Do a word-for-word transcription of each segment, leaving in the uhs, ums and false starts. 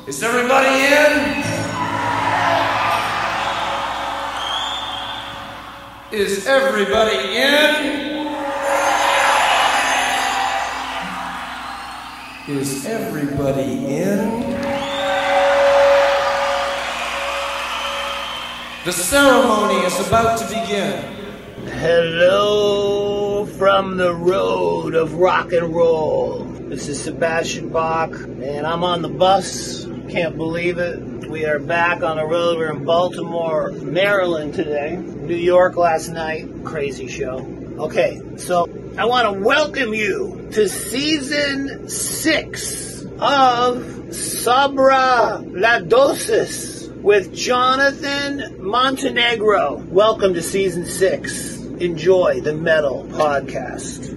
Is everybody in? Is everybody in? Is everybody in? The ceremony is about to begin. Hello from the road of rock and roll. This is Sebastian Bach, and I'm on the bus. Can't believe it. We are back on the road. We're in Baltimore, Maryland today. New York last night. Crazy show. Okay, so I want to welcome you to season six of Sabra La Dosis with Jonathan Montenegro. Welcome to season six. Enjoy the Metal Podcast.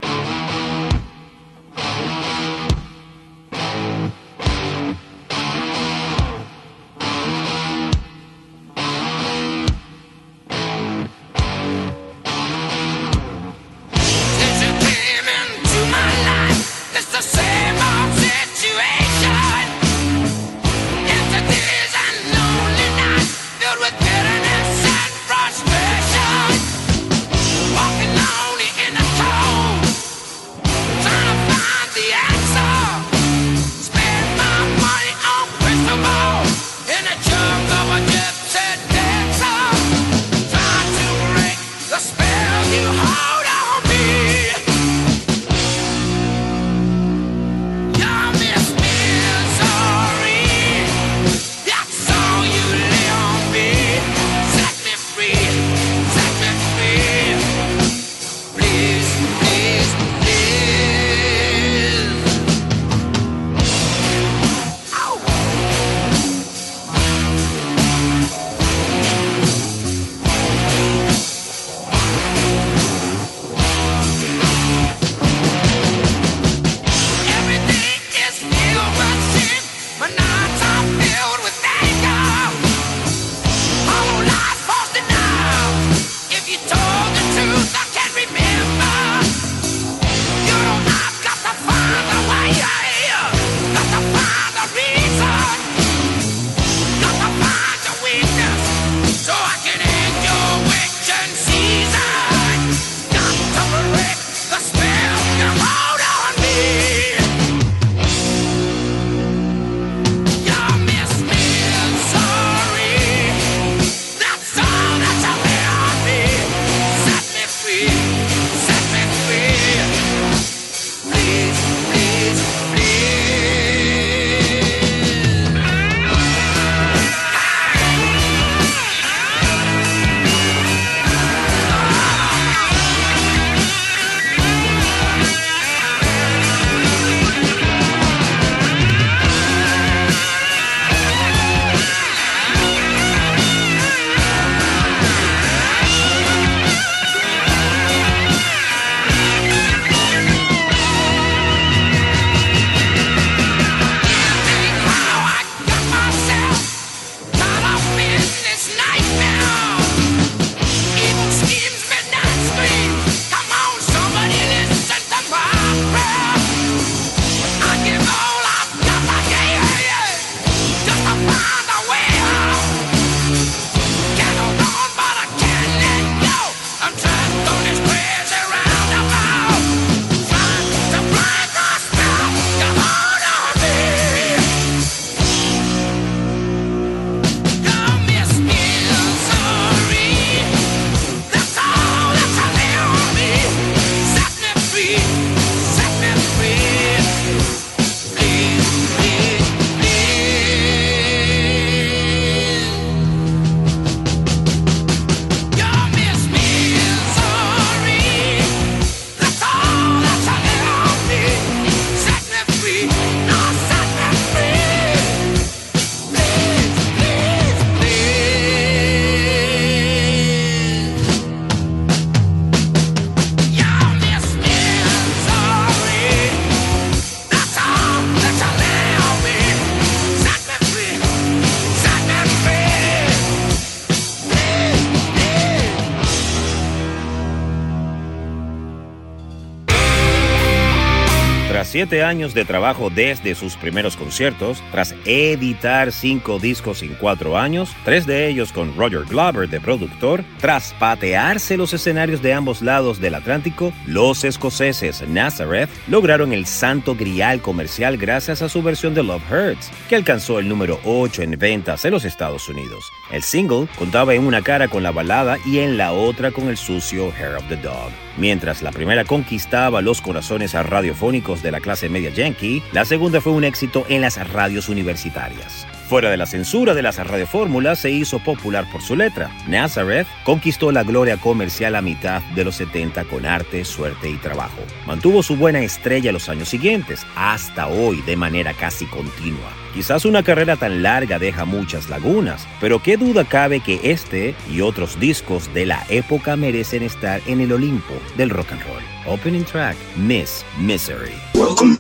siete años de trabajo desde sus primeros conciertos, tras editar cinco discos en cuatro años, tres de ellos con Roger Glover de productor, tras patearse los escenarios de ambos lados del Atlántico, los escoceses Nazareth lograron el santo grial comercial gracias a su versión de Love Hurts, que alcanzó el número ocho en ventas en los Estados Unidos. El single contaba en una cara con la balada y en la otra con el sucio Hair of the Dog. Mientras la primera conquistaba los corazones radiofónicos de la clase media yankee, la segunda fue un éxito en las radios universitarias. Fuera de la censura de las radiofórmulas, se hizo popular por su letra. Nazareth conquistó la gloria comercial a mitad de los setenta con arte, suerte y trabajo. Mantuvo su buena estrella los años siguientes, hasta hoy de manera casi continua. Quizás una carrera tan larga deja muchas lagunas, pero qué duda cabe que este y otros discos de la época merecen estar en el Olimpo del rock and roll. Opening track, Miss Misery. Welcome.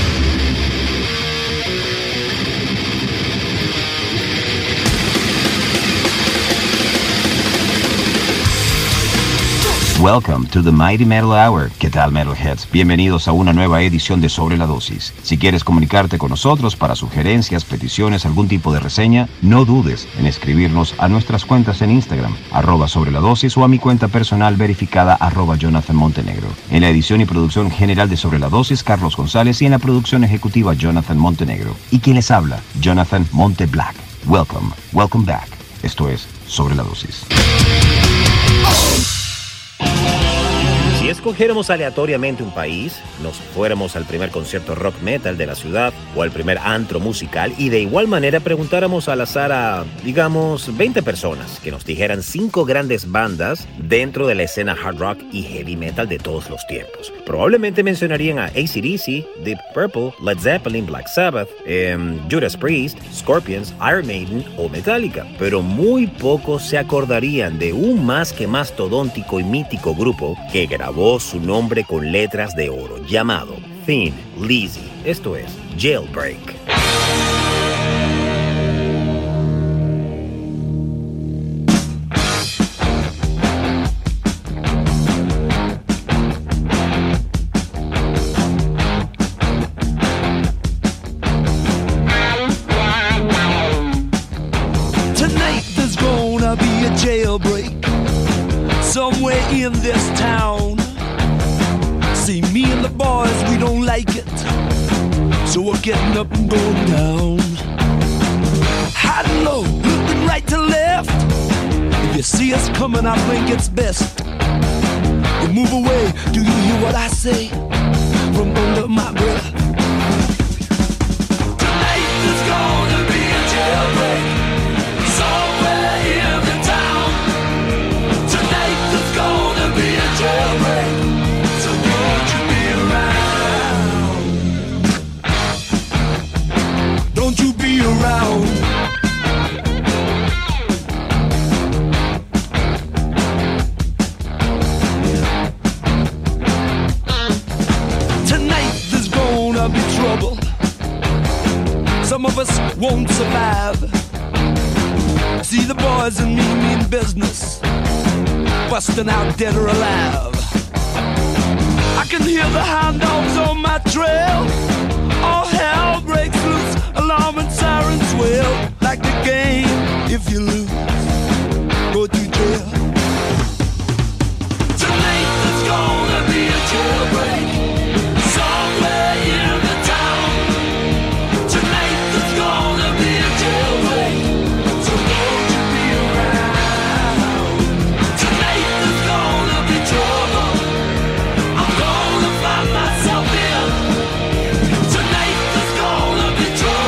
Welcome to the Mighty Metal Hour. ¿Qué tal, Metalheads? Bienvenidos a una nueva edición de Sobre la Dosis. Si quieres comunicarte con nosotros para sugerencias, peticiones, algún tipo de reseña, no dudes en escribirnos a nuestras cuentas en Instagram, arroba Sobre la Dosis, o a mi cuenta personal verificada, arroba Jonathan Montenegro. En la edición y producción general de Sobre la Dosis, Carlos González, y en la producción ejecutiva, Jonathan Montenegro. ¿Y quién les habla? Jonathan Monte Black. Welcome, welcome back. Esto es Sobre la Dosis. Si escogiéramos aleatoriamente un país, nos fuéramos al primer concierto rock metal de la ciudad o al primer antro musical y de igual manera preguntáramos al azar a, digamos, veinte personas que nos dijeran cinco grandes bandas dentro de la escena hard rock y heavy metal de todos los tiempos. Probablemente mencionarían a A C D C, Deep Purple, Led Zeppelin, Black Sabbath, eh, Judas Priest, Scorpions, Iron Maiden o Metallica, pero muy pocos se acordarían de un más que mastodóntico y mítico grupo que grabó su nombre con letras de oro, llamado Thin Lizzy, esto es Jailbreak. Tonight there's gonna be a jailbreak somewhere in this town. See, me and the boys, we don't like it, so we're getting up and going down. High and low, looking right to left. If you see us coming, I think it's best you move away. Do you hear what I say from under my breath? Tonight there's gonna be a jailbreak somewhere in the town. Tonight there's gonna be a jailbreak. Don't you be around. Tonight there's gonna be trouble. Some of us won't survive. See, the boys and me mean business, busting out dead or alive. I can hear the hound dogs on my trail. All hell breaks loose, alarm and sirens wail. Like the game, if you lose, go to jail. Tonight there's gonna be a jailbreak somewhere in the town. Tonight there's gonna be a jailbreak, so won't you be around. Tonight there's gonna be trouble, I'm gonna find myself in. Tonight there's gonna be trouble.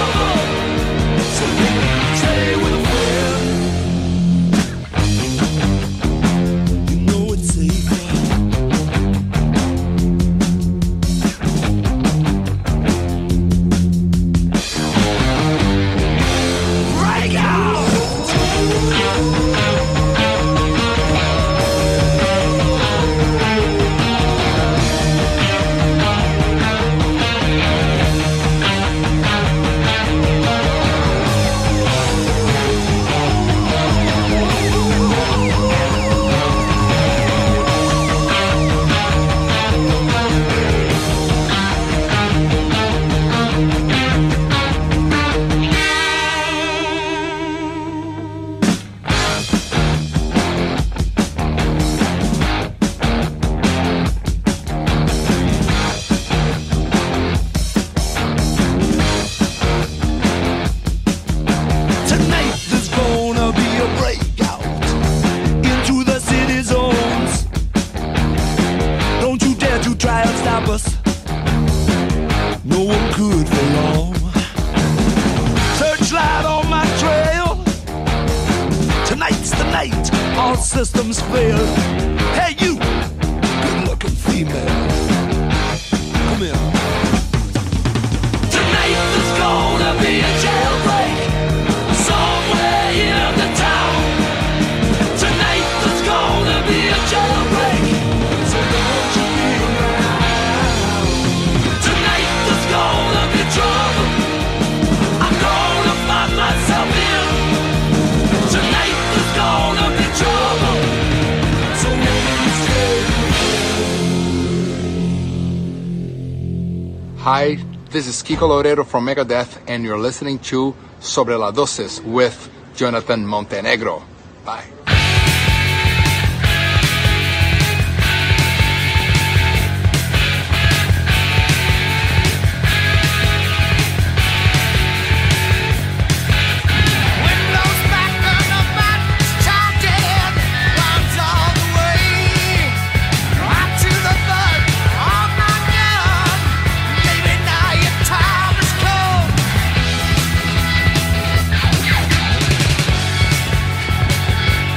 our systems fail. Hey, you, good-looking female, come here. Tonight there's gonna be a jailbreak somewhere in the town. Tonight there's gonna be a jailbreak, so don't you be around. Tonight there's gonna be trouble. I'm gonna find myself in. Tonight there's gonna be trouble, so don't stay. Hi, this is Kiko Loureiro from Megadeth, and you're listening to Sobre las Dosis with Jonathan Montenegro. Bye. Time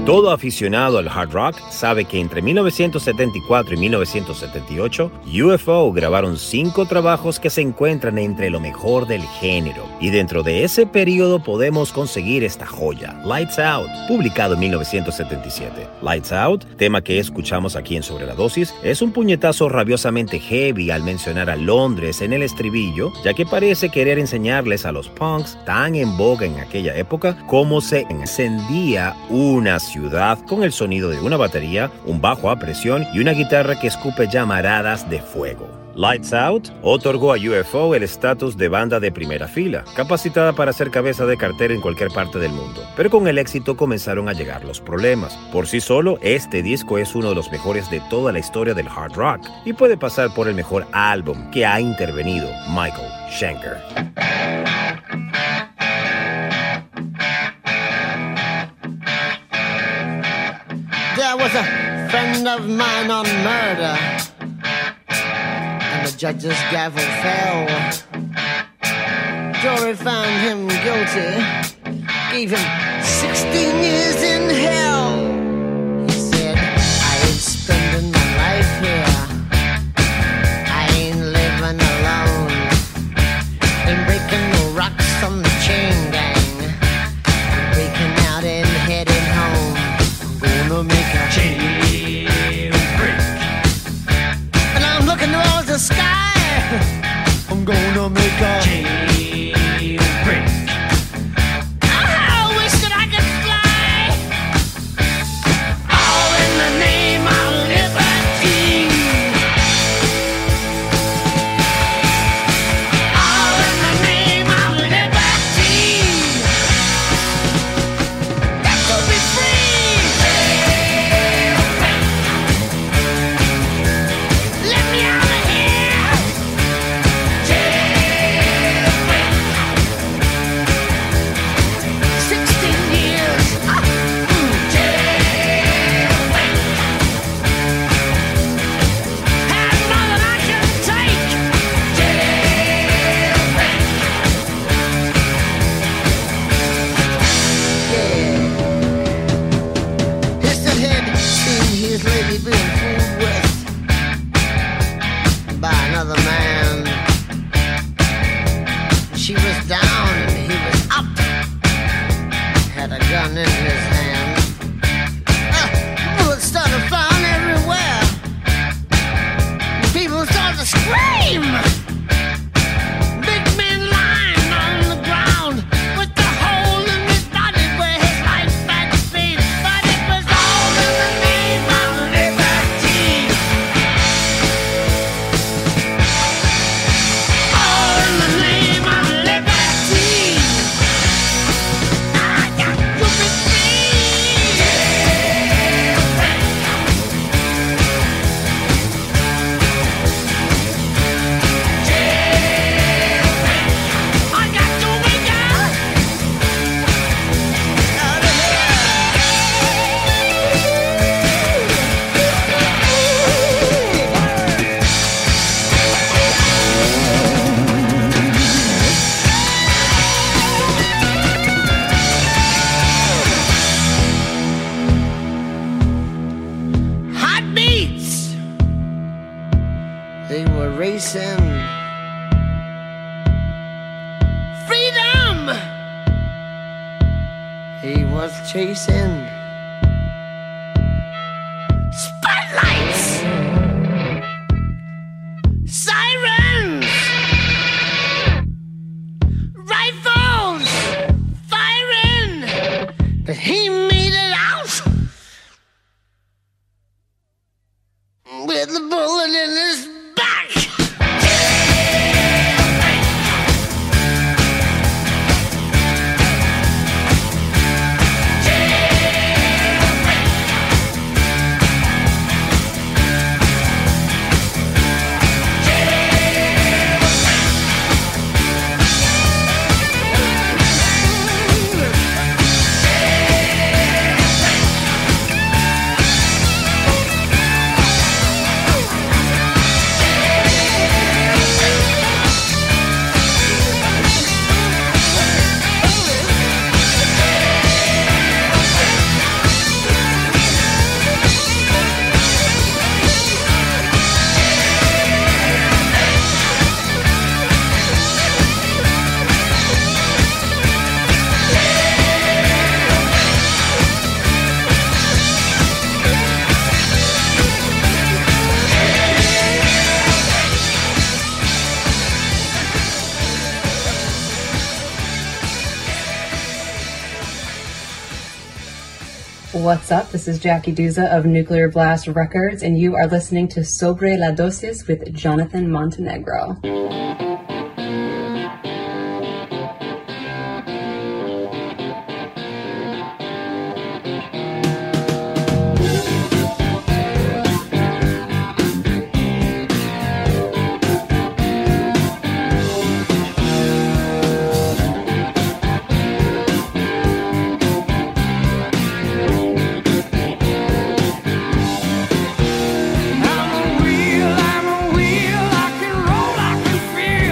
Todo aficionado al hard rock sabe que entre mil novecientos setenta y cuatro y mil novecientos setenta y ocho, U F O grabaron cinco trabajos que se encuentran entre lo mejor del género. Y dentro de ese periodo podemos conseguir esta joya, Lights Out, publicado en mil novecientos setenta y siete. Lights Out, tema que escuchamos aquí en Sobre la Dosis, es un puñetazo rabiosamente heavy al mencionar a Londres en el estribillo, ya que parece querer enseñarles a los punks tan en boga en aquella época cómo se encendía una ciudad ciudad con el sonido de una batería, un bajo a presión y una guitarra que escupe llamaradas de fuego. Lights Out otorgó a U F O el estatus de banda de primera fila, capacitada para ser cabeza de cartel en cualquier parte del mundo. Pero con el éxito comenzaron a llegar los problemas. Por sí solo, este disco es uno de los mejores de toda la historia del hard rock y puede pasar por el mejor álbum que ha intervenido Michael Schenker. There was a friend of mine on murder, and the judge's gavel fell. Jury found him guilty, gave him sixteen years in hell. He said, I ain't spending my life here, I ain't living alone, ain't breaking no rocks on the chain gang, I'm breaking out and heading home. I'm gonna make a jailbreak, and I'm looking towards the sky. I'm gonna make a jailbreak. I wish that I could fly, all in the name of liberty, all in the name of liberty. Got to be free. Chasing spotlights, sirens, rifles firing, but he made it out with a bullet in his back. Yeah. What's up? This is Jackie Duza of Nuclear Blast Records, and you are listening to Sobre la Dosis with Jonathan Montenegro. I'm a wheel, I'm a wheel, I can roll, I can feel.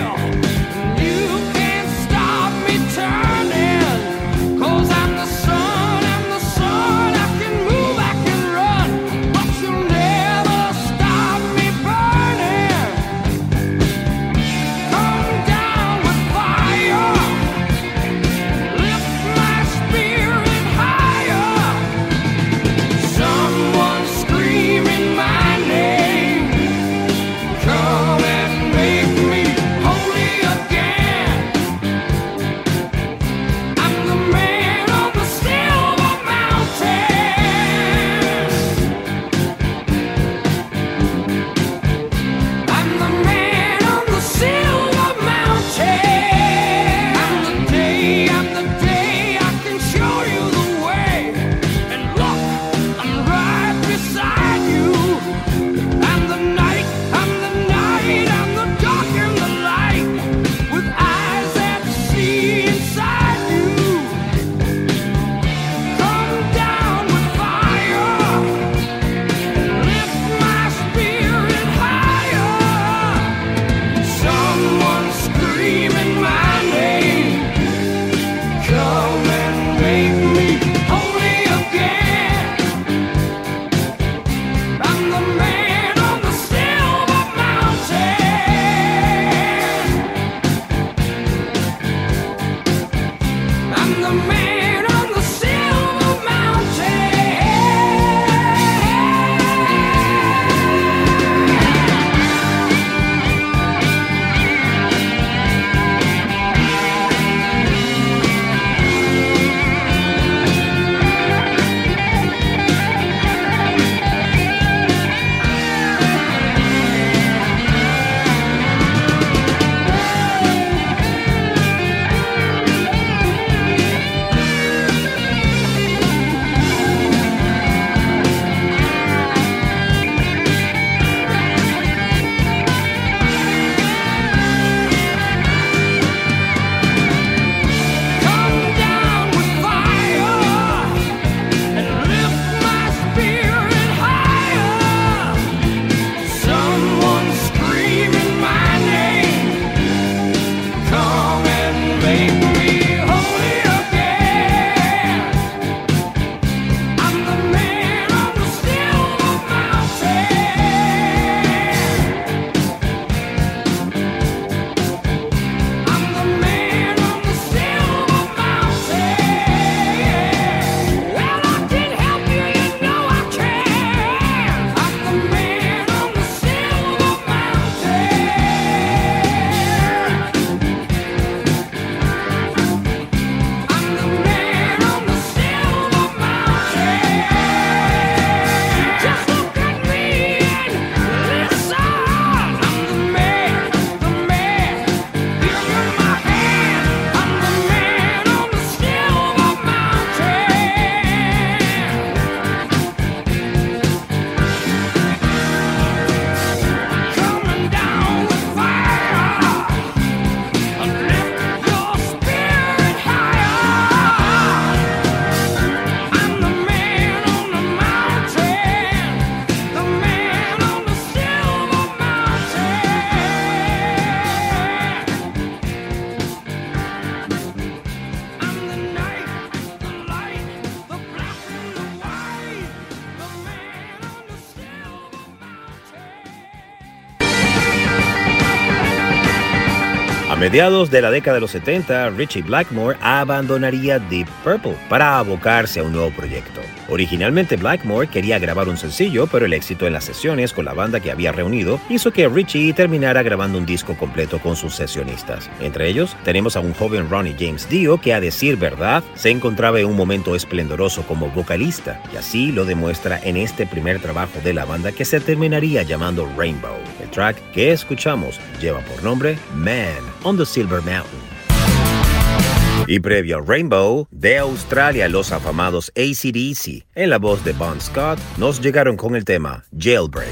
mediados de la década de los setenta, Ritchie Blackmore abandonaría Deep Purple para abocarse a un nuevo proyecto. Originalmente Blackmore quería grabar un sencillo, pero el éxito en las sesiones con la banda que había reunido hizo que Ritchie terminara grabando un disco completo con sus sesionistas. Entre ellos tenemos a un joven Ronnie James Dio que, a decir verdad, se encontraba en un momento esplendoroso como vocalista, y así lo demuestra en este primer trabajo de la banda que se terminaría llamando Rainbow. El track que escuchamos lleva por nombre Man on the Silver Mountain. Y previo a Rainbow, de Australia, los afamados A C D C, en la voz de Bon Scott, nos llegaron con el tema Jailbreak.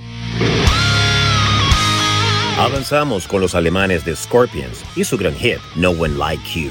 Avanzamos con los alemanes de Scorpions y su gran hit No One Like You.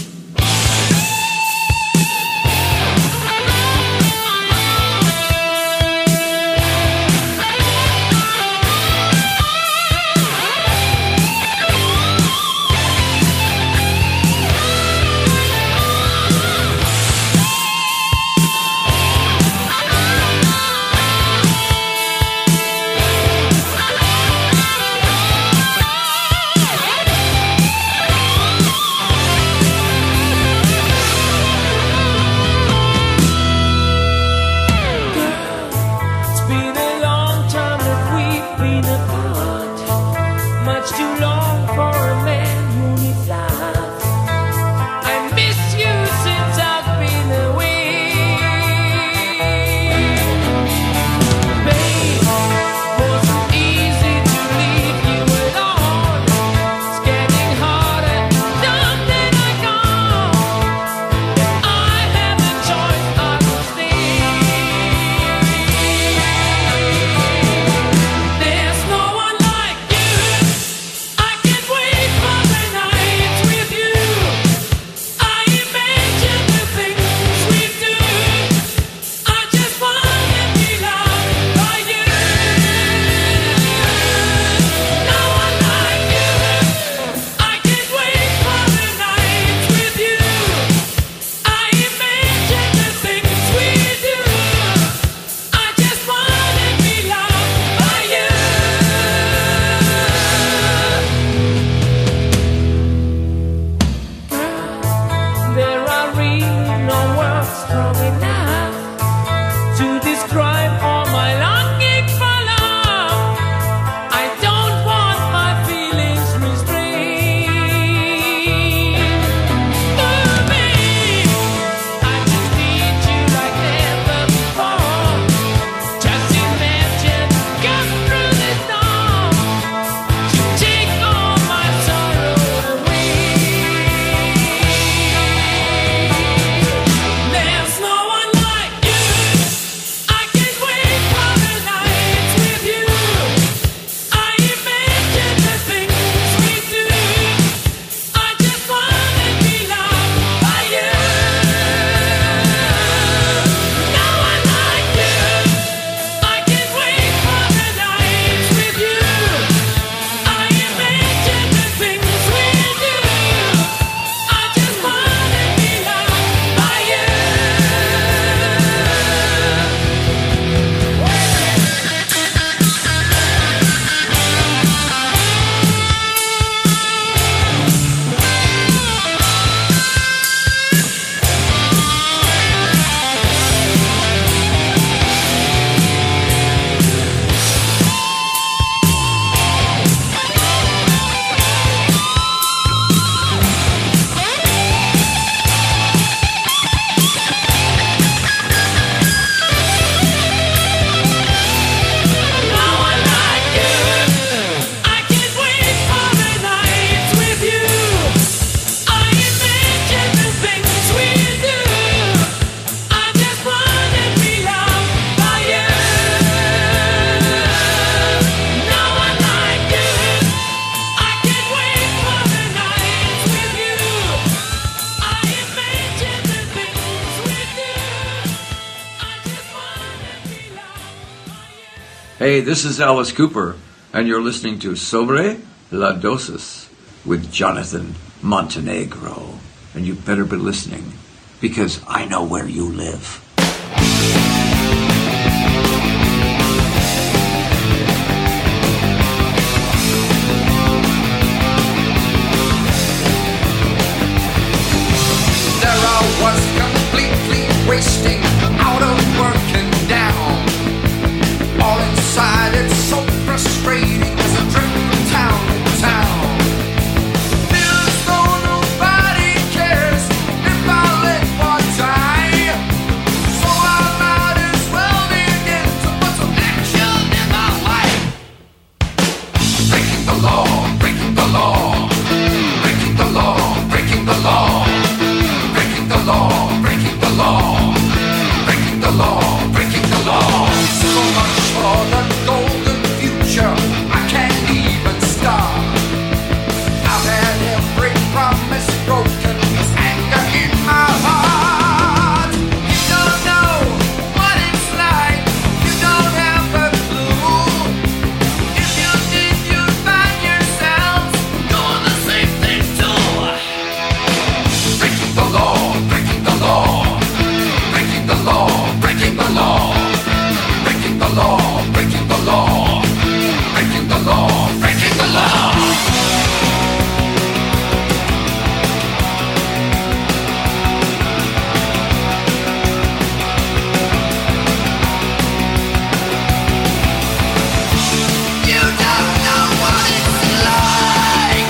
Hey, this is Alice Cooper, and you're listening to Sobre La Dosis with Jonathan Montenegro. And you better be listening, because I know where you live. law, breaking the law. So much for the golden future, I can't even start. I've had every promise broken, there's anger in my heart. You don't know what it's like, you don't have a clue. If you did, you'd find yourself doing the same thing too. Breaking the law, breaking the law, breaking the law, breaking the law, breaking the law, breaking the law, breaking the law, breaking the law. You don't know what it's like.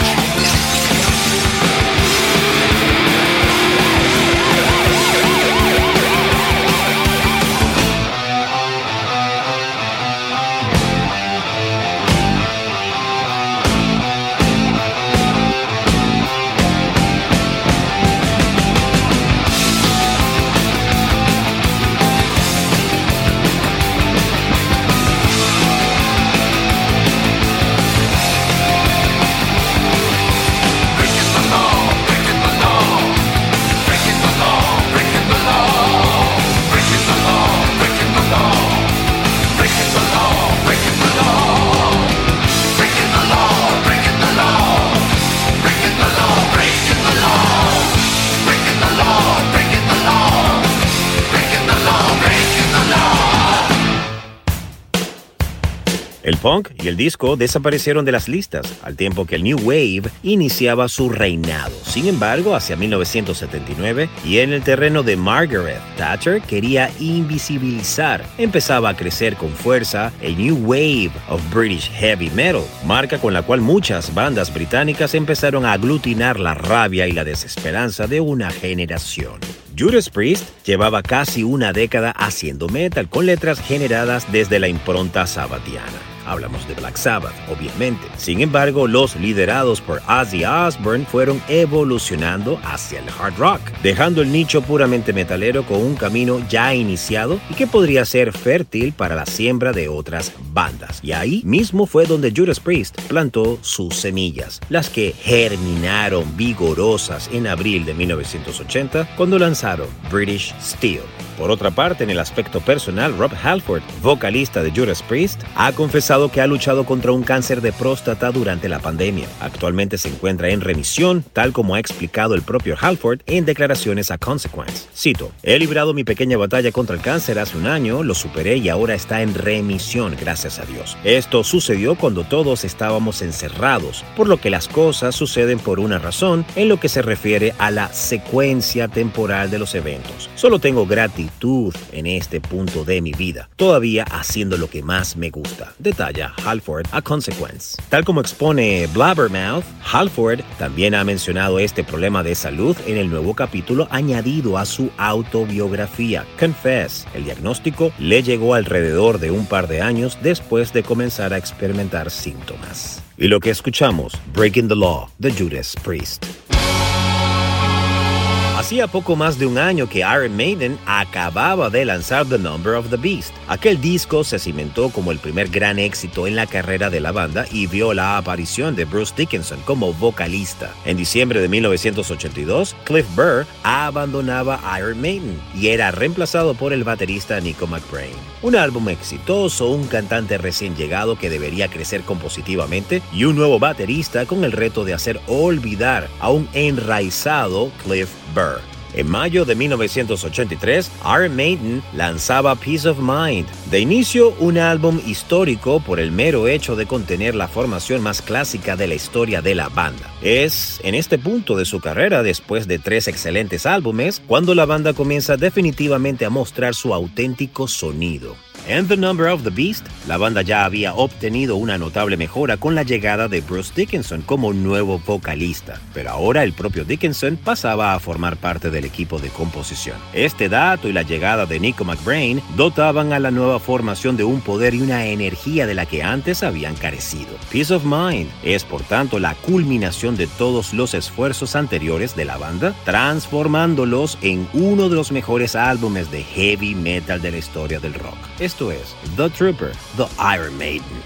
Breaking the law, breaking the law, breaking the law, breaking the law, breaking the law, breaking the law, breaking the law, breaking the law, breaking the law, breaking the law, breaking the law, breaking the law, breaking the law, breaking the law, breaking the law, breaking the law. El punk y el disco desaparecieron de las listas, al tiempo que el New Wave iniciaba su reinado. Sin embargo, hacia mil novecientos setenta y nueve, y en el terreno de Margaret Thatcher quería invisibilizar, empezaba a crecer con fuerza el New Wave of British Heavy Metal, marca con la cual muchas bandas británicas empezaron a aglutinar la rabia y la desesperanza de una generación. Judas Priest llevaba casi una década haciendo metal con letras generadas desde la impronta sabbatiana. Hablamos de Black Sabbath, obviamente. Sin embargo, los liderados por Ozzy Osbourne fueron evolucionando hacia el hard rock, dejando el nicho puramente metalero con un camino ya iniciado y que podría ser fértil para la siembra de otras bandas. Y ahí mismo fue donde Judas Priest plantó sus semillas, las que germinaron vigorosas en abril de mil novecientos ochenta cuando lanzaron British Steel. Por otra parte, en el aspecto personal, Rob Halford, vocalista de Judas Priest, ha confesado que ha luchado contra un cáncer de próstata durante la pandemia. Actualmente se encuentra en remisión, tal como ha explicado el propio Halford en declaraciones a Consequence. Cito: "He librado mi pequeña batalla contra el cáncer hace un año, lo superé y ahora está en remisión, gracias a Dios. Esto sucedió cuando todos estábamos encerrados, por lo que las cosas suceden por una razón en lo que se refiere a la secuencia temporal de los eventos. Solo tengo gratitud en este punto de mi vida, todavía haciendo lo que más me gusta", detalla Halford a Consequence. Tal como expone Blabbermouth, Halford también ha mencionado este problema de salud en el nuevo capítulo añadido a su autobiografía, Confess. El diagnóstico le llegó alrededor de un par de años después de comenzar a experimentar síntomas. Y lo que escuchamos, Breaking the Law, de Judas Priest. Hacía poco más de un año que Iron Maiden acababa de lanzar The Number of the Beast. Aquel disco se cimentó como el primer gran éxito en la carrera de la banda y vio la aparición de Bruce Dickinson como vocalista. En diciembre de mil novecientos ochenta y dos, Cliff Burr abandonaba Iron Maiden y era reemplazado por el baterista Nico McBrain. Un álbum exitoso, un cantante recién llegado que debería crecer compositivamente y un nuevo baterista con el reto de hacer olvidar a un enraizado Cliff Burr. En mayo de mil novecientos ochenta y tres, Iron Maiden lanzaba Peace of Mind. De inicio, un álbum histórico por el mero hecho de contener la formación más clásica de la historia de la banda. Es en este punto de su carrera, después de tres excelentes álbumes, cuando la banda comienza definitivamente a mostrar su auténtico sonido. En The Number of the Beast, la banda ya había obtenido una notable mejora con la llegada de Bruce Dickinson como nuevo vocalista, pero ahora el propio Dickinson pasaba a formar parte del equipo de composición. Este dato y la llegada de Nico McBrain dotaban a la nueva formación de un poder y una energía de la que antes habían carecido. Peace of Mind es por tanto la culminación de todos los esfuerzos anteriores de la banda, transformándolos en uno de los mejores álbumes de heavy metal de la historia del rock. Esto es The Trooper, The Iron Maiden.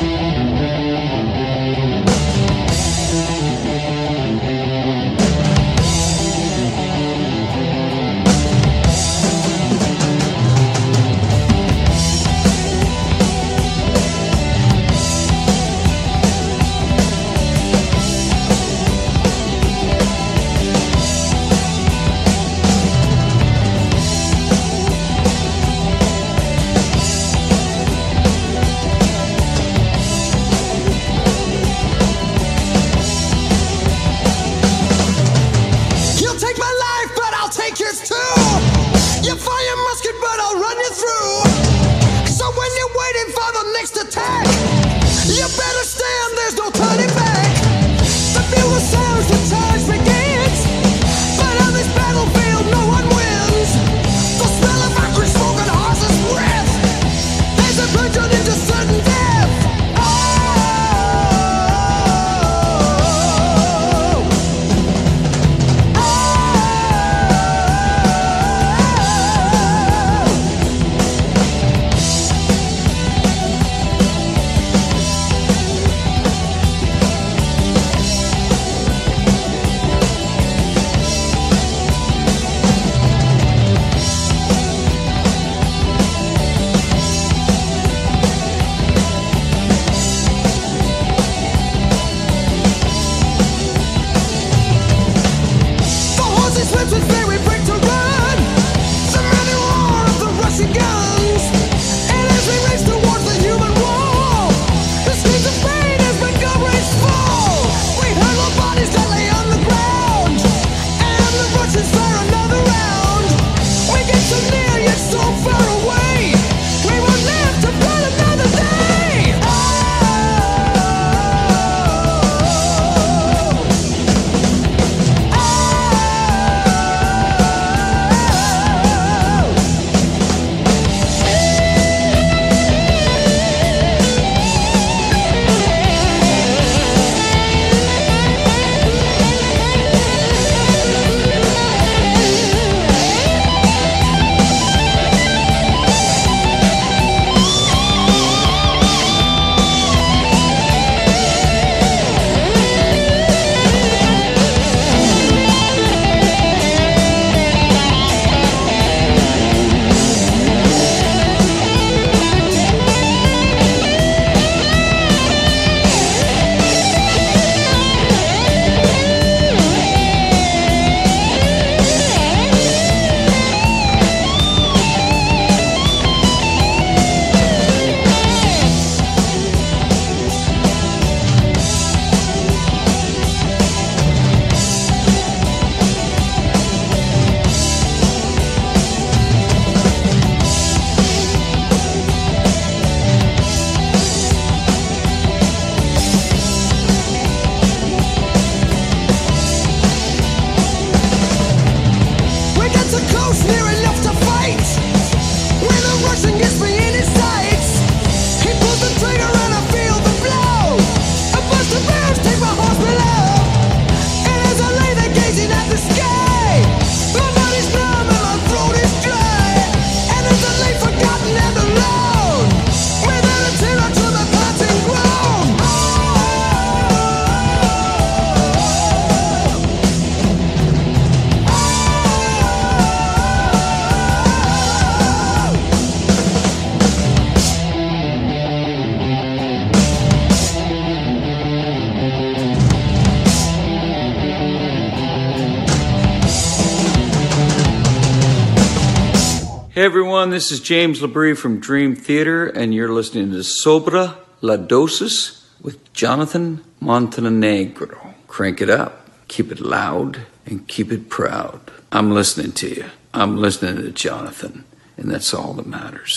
Hey everyone, this is James Labrie from Dream Theater, and you're listening to Sobra La Dosis with Jonathan Montenegro. Crank it up, keep it loud, and keep it proud. I'm listening to you. I'm listening to Jonathan, and that's all that matters.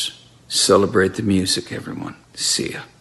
Celebrate the music, everyone. See ya.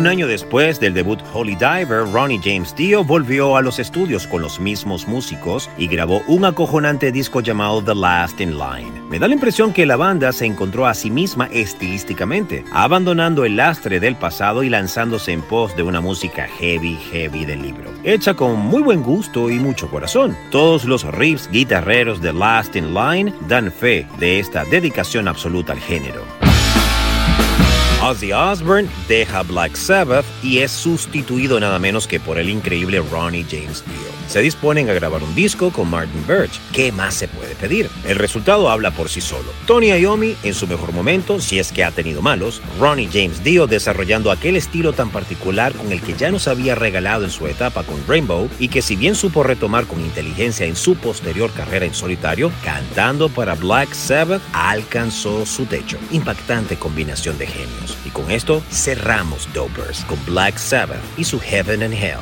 Un año después del debut Holy Diver, Ronnie James Dio volvió a los estudios con los mismos músicos y grabó un acojonante disco llamado The Last in Line. Me da la impresión que la banda se encontró a sí misma estilísticamente, abandonando el lastre del pasado y lanzándose en pos de una música heavy, heavy del libro, hecha con muy buen gusto y mucho corazón. Todos los riffs guitarreros de Last in Line dan fe de esta dedicación absoluta al género. Ozzy Osbourne deja Black Sabbath y es sustituido nada menos que por el increíble Ronnie James Dio. Se disponen a grabar un disco con Martin Birch. ¿Qué más se puede pedir? El resultado habla por sí solo. Tony Iommi en su mejor momento, si es que ha tenido malos. Ronnie James Dio desarrollando aquel estilo tan particular con el que ya nos había regalado en su etapa con Rainbow y que si bien supo retomar con inteligencia en su posterior carrera en solitario, cantando para Black Sabbath alcanzó su techo. Impactante combinación de genios. Y con esto cerramos Dopers con Black Sabbath y su Heaven and Hell.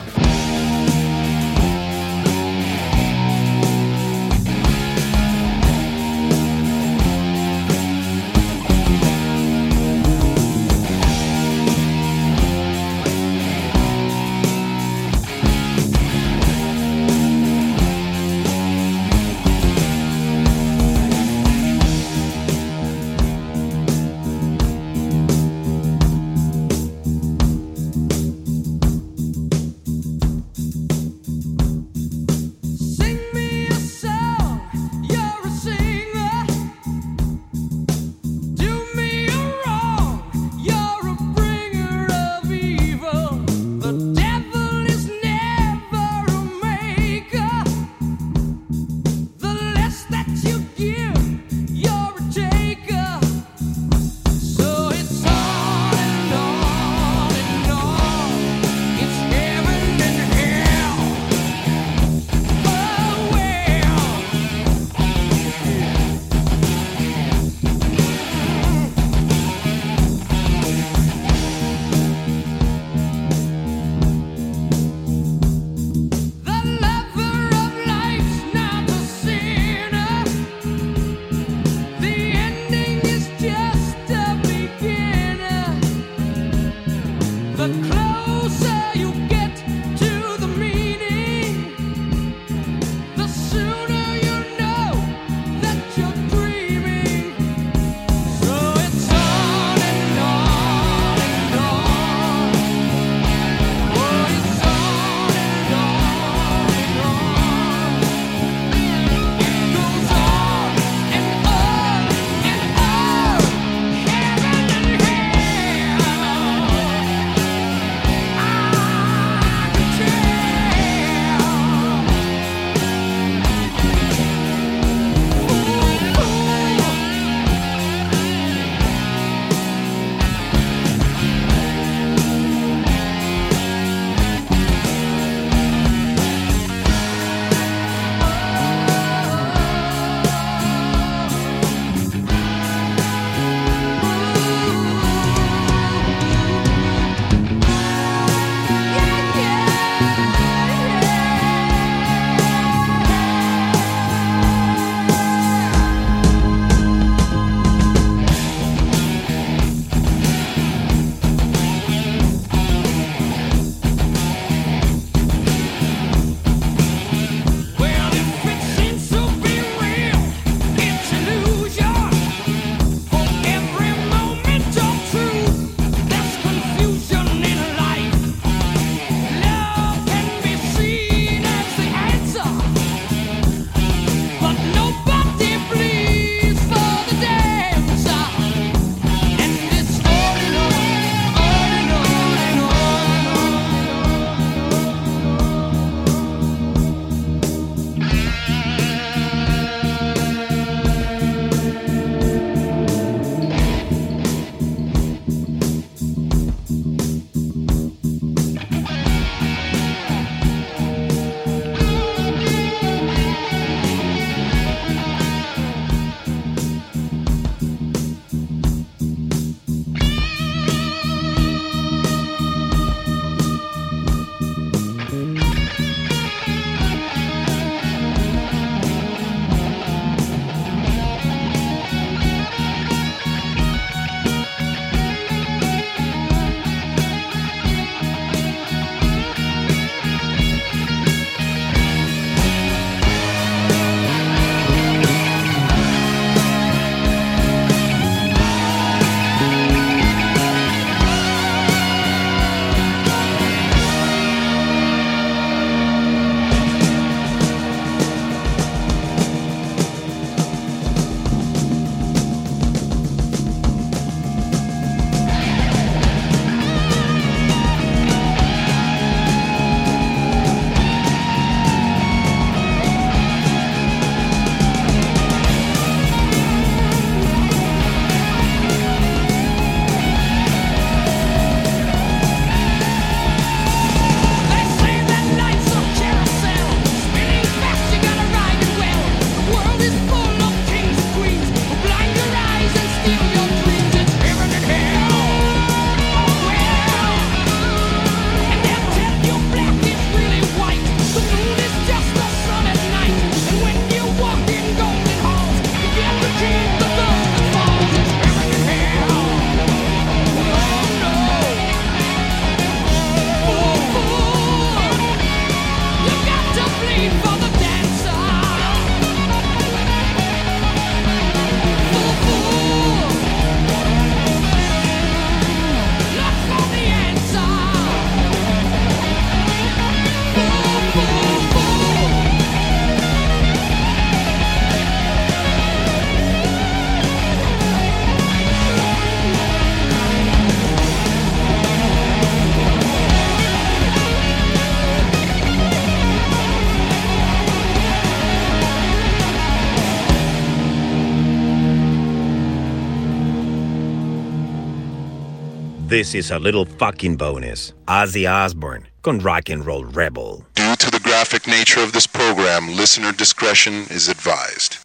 This is a little fucking bonus. Ozzy Osbourne con Rock and Roll Rebel. Due to the graphic nature of this program, listener discretion is advised.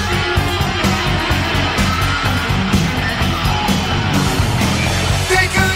Take a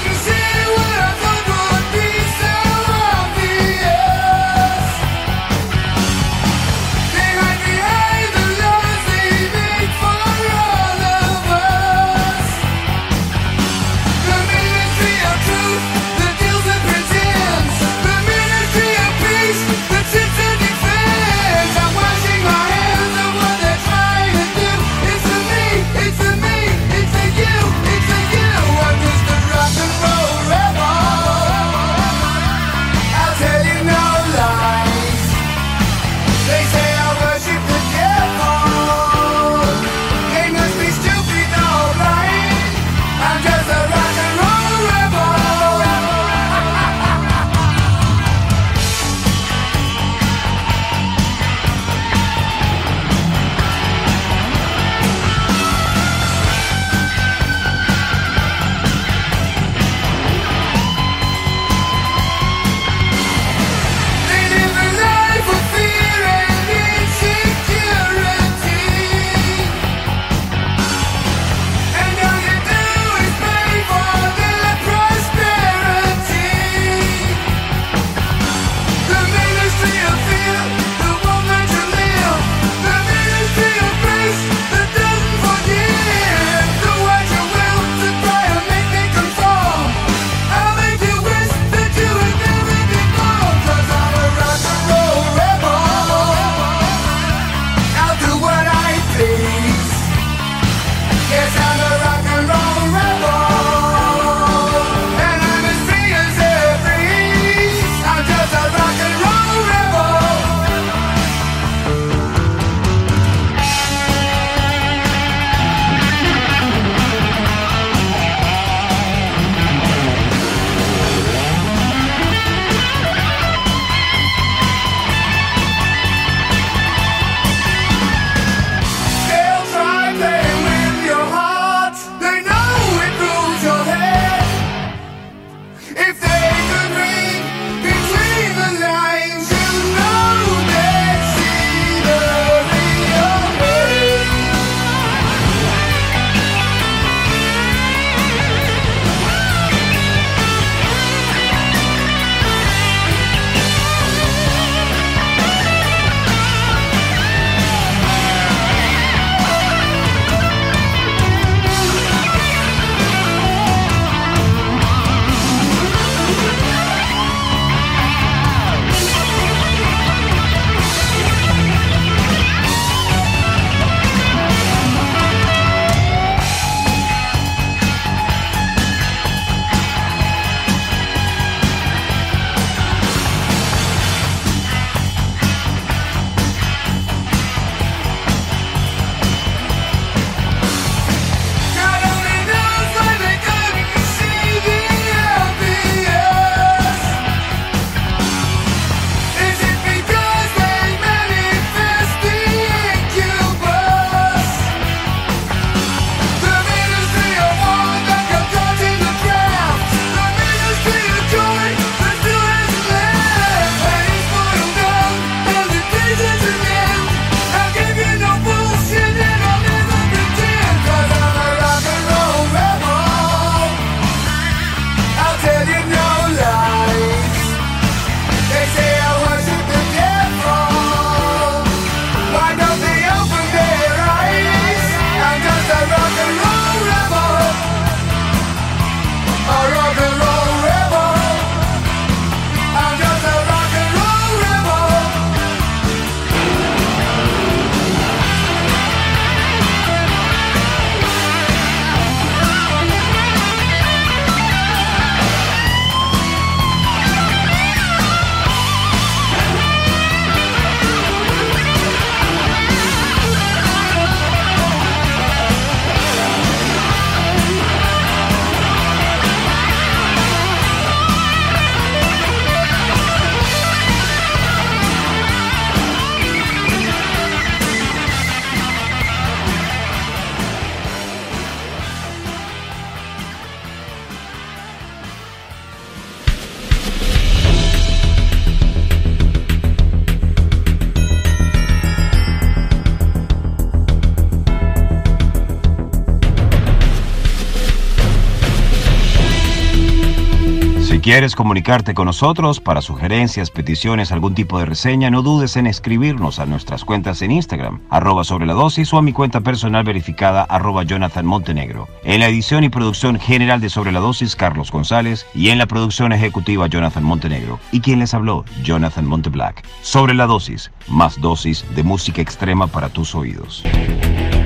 quieres comunicarte con nosotros para sugerencias, peticiones, algún tipo de reseña, no dudes en escribirnos a nuestras cuentas en Instagram, arroba sobre la dosis, o a mi cuenta personal verificada, arroba Jonathan Montenegro. En la edición y producción general de Sobre la Dosis, Carlos González, y en la producción ejecutiva, Jonathan Montenegro. Y quien les habló, Jonathan Monteblack. Sobre la Dosis, más dosis de música extrema para tus oídos.